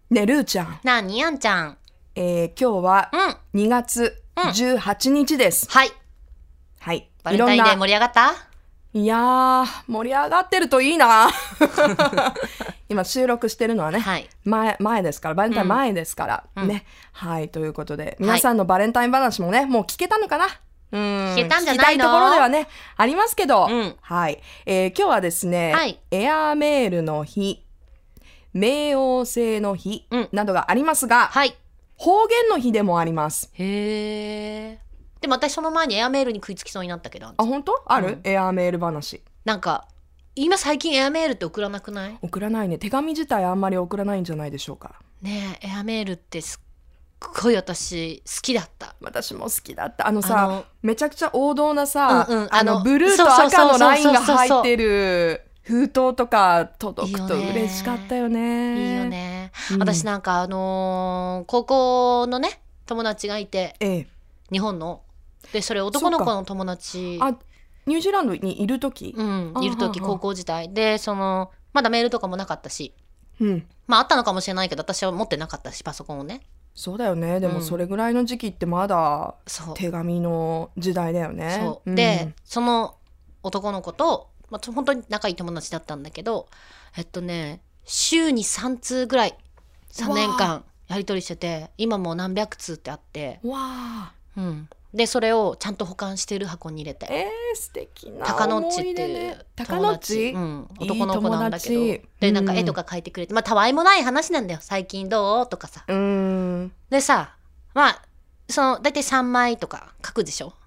ねえルーちゃん、 なにやんちゃん。 今日は2月18日です。 はい。 はい。 バレンタインデー盛り上がった？ いやー、盛り上がってるといいな。今収録してるのはね、 はい、 前ですから、バレンタイン前ですから、ね。はい、ということで、皆さんのバレンタイン話もね、もう聞けたのかな？ 聞けたんじゃないの？ 聞きたいところではね、ありますけど、はい。今日はですね、 はい、 エアメールの日、冥王星の日などがありますが、 はい、 方言の日でもあります。 へー。でも私その前にエアメールに食いつきそうになったけど。 あ、本当？ある？エアメール話。 なんか今最近エアメールって送らなくない？ 送らないね。手紙自体あんまり送らないんじゃないでしょうか。 ねえ、エアメールってすっごい私好きだった。 私も好きだった。めちゃくちゃ王道なさ、ブルーと赤のラインが入ってる封筒とか届くと嬉しかったよね。 いいよね。私なんか高校のね友達がいて、日本ので、それ男の子の友達。 あ、ニュージーランドにいる時？ いる時、高校時代で、まだメールとかもなかったし、まああったのかもしれないけど私は持ってなかったし、パソコンをね。 そうだよね。でもそれぐらいの時期ってまだ手紙の時代だよね。 そうで、その男の子と、本当に仲いい友達だったんだけど、週に3通ぐらい3年間やり取りしてて、今もう何百通ってあって、でそれをちゃんと保管してる箱に入れて、 素敵な高野っちっていう友達、男の子なんだけど、でなんか絵とか描いてくれて、たわいもない話なんだよ。最近どうとかさ、でさ、だいたい3枚とか書くでしょ。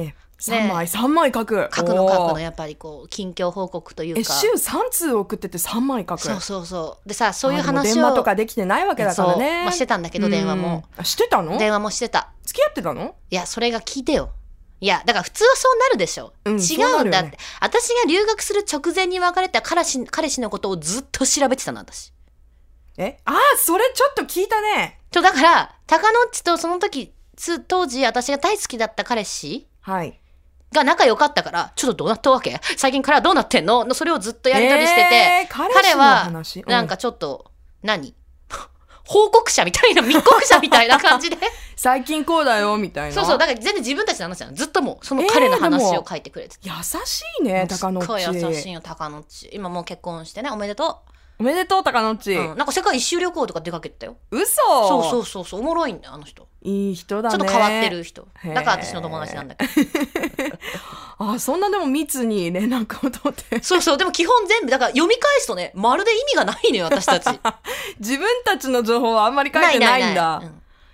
3枚書くのやっぱりこう近況報告というか、 週3通送ってて3枚書く。 そうでさ、そういう話を電話とかできてないわけだからね。 してたんだけど、電話もしてたの？ 電話もしてた。 付き合ってたの？いや、 それが聞いてよ。いや、だから普通はそうなるでしょ。違うんだって。私が留学する直前に別れた彼氏のことをずっと調べてたの、私。 それちょっと聞いたね。 だから高野っちとその時当時私が大好きだった彼氏が仲良かったから、ちょっとどうなったわけ？最近からどうなってんの？それをずっとやり取りしてて、彼はなんかちょっと報告者みたいな、密告者みたいな感じで最近こうだよみたいな。 だから全然自分たちの話なの。ずっともうその彼の話を書いてくれてて、 優しいね、高野っち。すっごい優しいよ、高野っち。今もう結婚してね、おめでとう。 おめでとう、高野っち。 なんか世界一周旅行とか出かけてたよ。 嘘？ そう、おもろいんだよ、あの人。 いい人だね。 ちょっと変わってる人だから私の友達なんだけどそんなでも密に連絡を取って。 でも基本全部だから読み返すとね、まるで意味がないのよ、私たち。 自分たちの情報はあんまり書いてないんだ。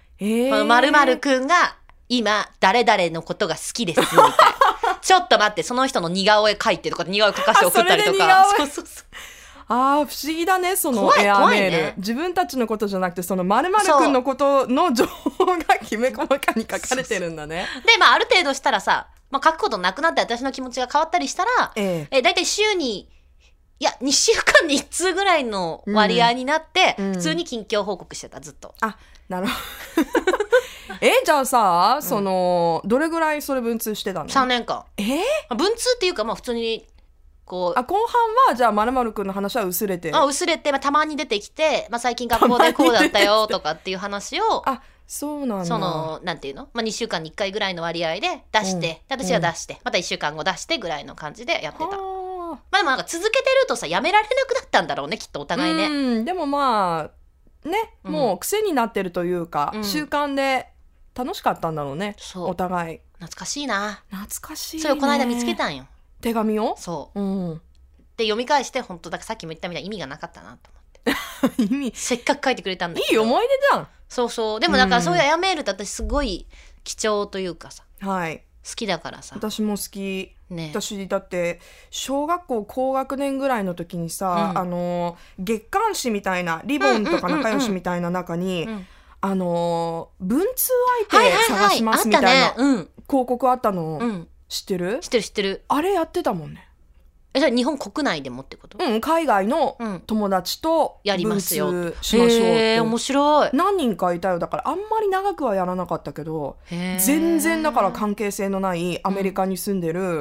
〇〇くんが今誰々のことが好きですみたいな。ちょっと待って、その人の似顔絵描いてとか、似顔絵描かせて送ったりとか。 不思議だね、そのエアメール、ね。自分たちのことじゃなくて、その〇〇くんのことの情報がきめ細かに書かれてるんだね。 で、ある程度したらさ、書くことなくなって私の気持ちが変わったりしたら、だいたい週に、2週間に1通ぐらいの割合になって、普通に近況報告してた、ずっと。 なるほど。じゃあさ、どれぐらいそれ文通してたの ？3年間。文通っていうか、普通に、 後半はじゃあ〇〇くんの話は薄れてたまに出てきて、最近学校でこうだったよとかっていう話をそうなんだ。 なんていうの、2週間に1回ぐらいの割合で出して、私が出して、また1週間後出してぐらいの感じでやってた。でもなんか続けてるとさ、やめられなくなったんだろうね、きっとお互いね。 でももう癖になってるというか、習慣で楽しかったんだろうね、お互い。 懐かしいな。 懐かしいね。 それをこの間見つけたんよ、手紙を。 で読み返して、本当だからさっきも言ったみたいに意味がなかったなと思ってせっかく書いてくれたんだけど。 いい思い出じゃん。 でもだからそういうエアメールって私すごい貴重というかさ、好きだからさ。 私も好き、私だって小学校高学年ぐらいの時にさ、月刊誌みたいな、リボンとか仲良しみたいな中に、文通相手探しますみたいな広告あったの、知ってる？ 知ってる。 あれやってたもんね。 じゃあ日本国内でもってこと？ 海外の友達と文通しましょうって。 面白い。 何人かいたよ。だからあんまり長くはやらなかったけど、全然だから関係性のないアメリカに住んでる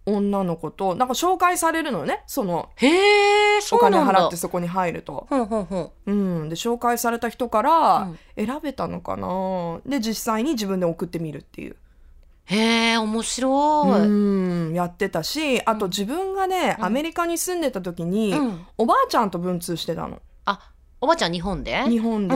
女の子となんか紹介されるのね、そのお金払ってそこに入ると、で紹介された人から選べたのかな、で実際に自分で送ってみるっていう。 面白い。やってたし、あと自分がね、アメリカに住んでた時に、おばあちゃんと文通してたの。 おばあちゃん日本で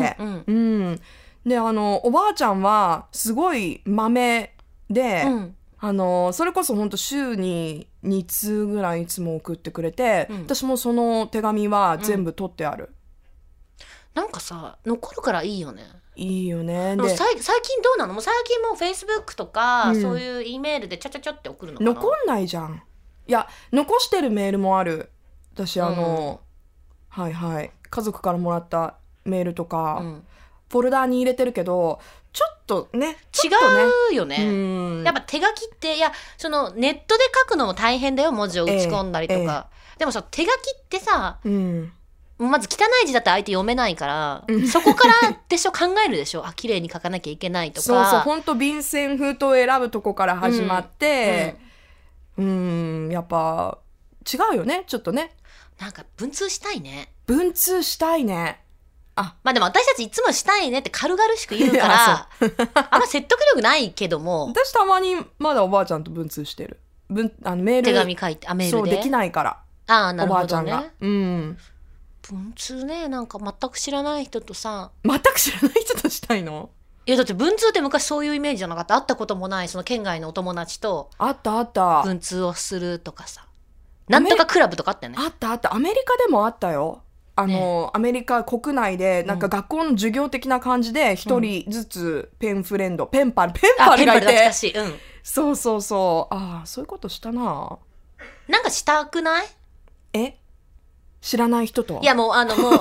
でおばあちゃんはすごい豆で、それこそ本当週に2通ぐらいいつも送ってくれて、私もその手紙は全部取ってある。 なんかさ残るからいいよね。 いいよね。 で最近どうなの？もう最近もう Facebook とか、そういう E メールでちゃちゃちゃって送るのかな？ 残んないじゃん。いや残してるメールもある。私はいはい家族からもらったメールとか、フォルダーに入れてるけど、ちょっとね違うよね。やっぱ手書きってそのネットで書くのも大変だよ、文字を打ち込んだりとか、でもさ手書きってさ、まず汚い字だって相手読めないから、そこからでしょ考えるでしょ。綺麗に書かなきゃいけないとか。 そう本当便箋封筒を選ぶとこから始まって、やっぱ違うよねちょっとね。 なんか文通したいね。 文通したいね。 まあでも私たちいつもしたいねって軽々しく言うからあんま説得力ないけども、 私たまにまだおばあちゃんと文通してる。メール手紙書いてメールでそうできないから。 なるほどね。おばあちゃんが文通ね、なんか全く知らない人とさ。 全く知らない人としたいの？ いやだって文通って昔そういうイメージじゃなかった？会ったこともないその県外のお友達とあった文通をするとかさ、なんとかクラブとかあったよね。 あったアメリカでもあったよ。アメリカ国内でなんか学校の授業的な感じで一人ずつペンフレンド、ペンパルがいて、 懐かしい。 そうそういうことしたな。 なんかしたくない？ 知らない人と？ いやもう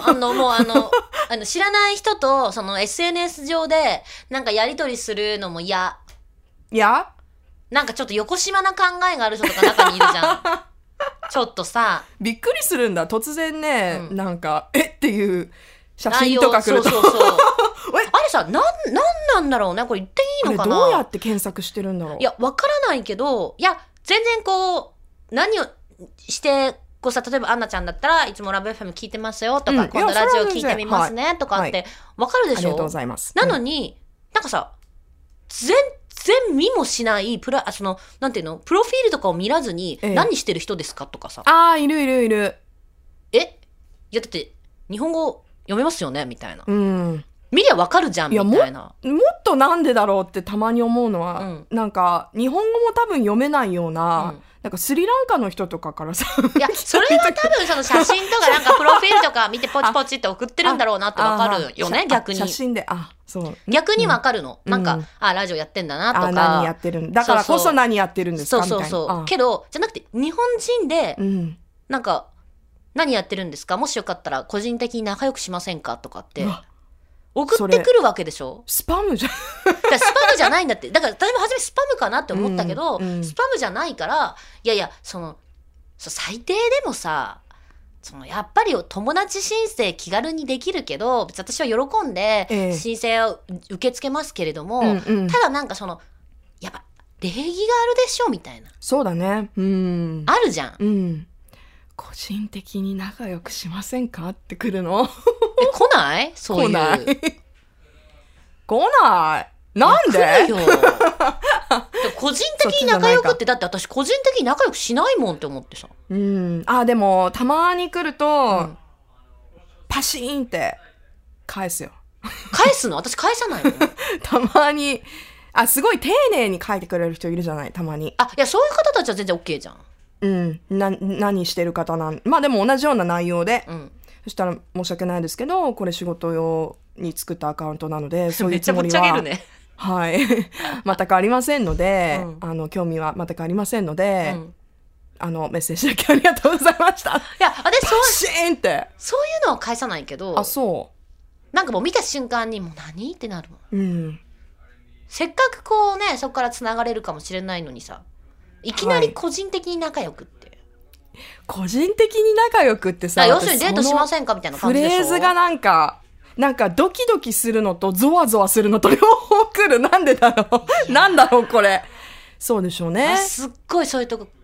知らない人とその SNS 上でなんかやり取りするのも嫌。なんかちょっと横島な考えがある人とか中にいるじゃんちょっとさびっくりするんだ突然ね、なんかっていう写真とか来るとそうあれさなんだろうね、これ言っていいのかな。 どうやって検索してるんだろう。 いやわからないけど、全然こう何をしてこうさ、例えばアンナちゃんだったらいつもラブ FM 聞いてますよとか、今度ラジオ聞いてみますねとかってわかるでしょ。 ありがとうございます。 なのに、なんかさ全然見もしないなんていうのプロフィールとかを見らずに、何してる人ですかとかさ。 いる。 いやだって日本語読めますよねみたいな。見りゃわかるじゃんみたいな。 もっとなんでだろうってたまに思うのは、なんか日本語も多分読めないような、なんかスリランカの人とかからさいやそれは多分その写真とかなんかプロフィールとか見てポチポチって送ってるんだろうなってわかるよね。逆に写真で逆にわかるの、なんかラジオやってんだなとか、 何やってるんだからこそ何やってるんですかみたいな。 そうけどじゃなくて日本人で、なんか何やってるんですか、もしよかったら個人的に仲良くしませんかとかって送ってくるわけでしょ。 スパムじゃんスパムじゃないんだって。だから私も初めスパムかなって思ったけど、スパムじゃないから、いや最低でもさ、やっぱり友達申請気軽にできるけど、別に私は喜んで申請を受け付けますけれども、ただなんかやっぱ礼儀があるでしょみたいな。 そうだね。 あるじゃん。 個人的に仲良くしませんかって来るの来ないそういう。 来ないなんで来るよ個人的に仲良くって、だって私個人的に仲良くしないもんって思ってさ。 でもたまに来ると、パシーンって返すよ。 返すの？私返さないのたまにすごい丁寧に書いてくれる人いるじゃない、たまに。 いやそういう方たちは全然 OK じゃん。 何してる方でも同じような内容で、そしたら申し訳ないですけど、これ仕事用に作ったアカウントなので、そういうつもりはめっちゃぶっちゃけるね全くありませんので、興味は全くありませんので、メッセージだけありがとうございました。 いやシーンってそういうのは返さないけど、なんかもう見た瞬間にもう何ってなるもん。せっかくこうね、そこからつながれるかもしれないのにさ、いきなり個人的に仲良くって、 個人的に仲良くってさ、 要するにデートしませんかみたいな感じでしょ。 フレーズがなんかドキドキするのとゾワゾワするのと両方来る。なんでだろうなんだろうこれ。そうでしょうね。 すっごいそういうとこ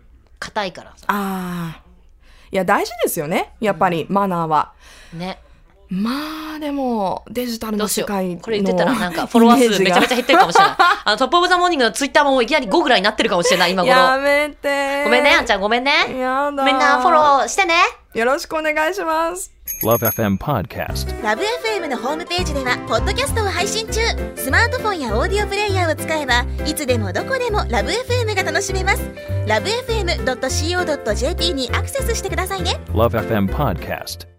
硬いからさ。 いや大事ですよねやっぱり、マナーはね。 まあでもデジタルの世界のこれ言ってたらなんかフォロワー数めちゃめちゃ減ってるかもしれないトップオブザモーニングのツイッターもいきなり5ぐらいになってるかもしれない今頃。 やめて。 ごめんねあんちゃん、ごめんね。 やだ。 みんなフォローしてね。 よろしくお願いします。 LoveFM Podcast。 LoveFM のホームページではポッドキャストを配信中。スマートフォンやオーディオプレイヤーを使えばいつでもどこでも LoveFM が楽しめます。 LoveFM.co.jp にアクセスしてくださいね。 LoveFM Podcast。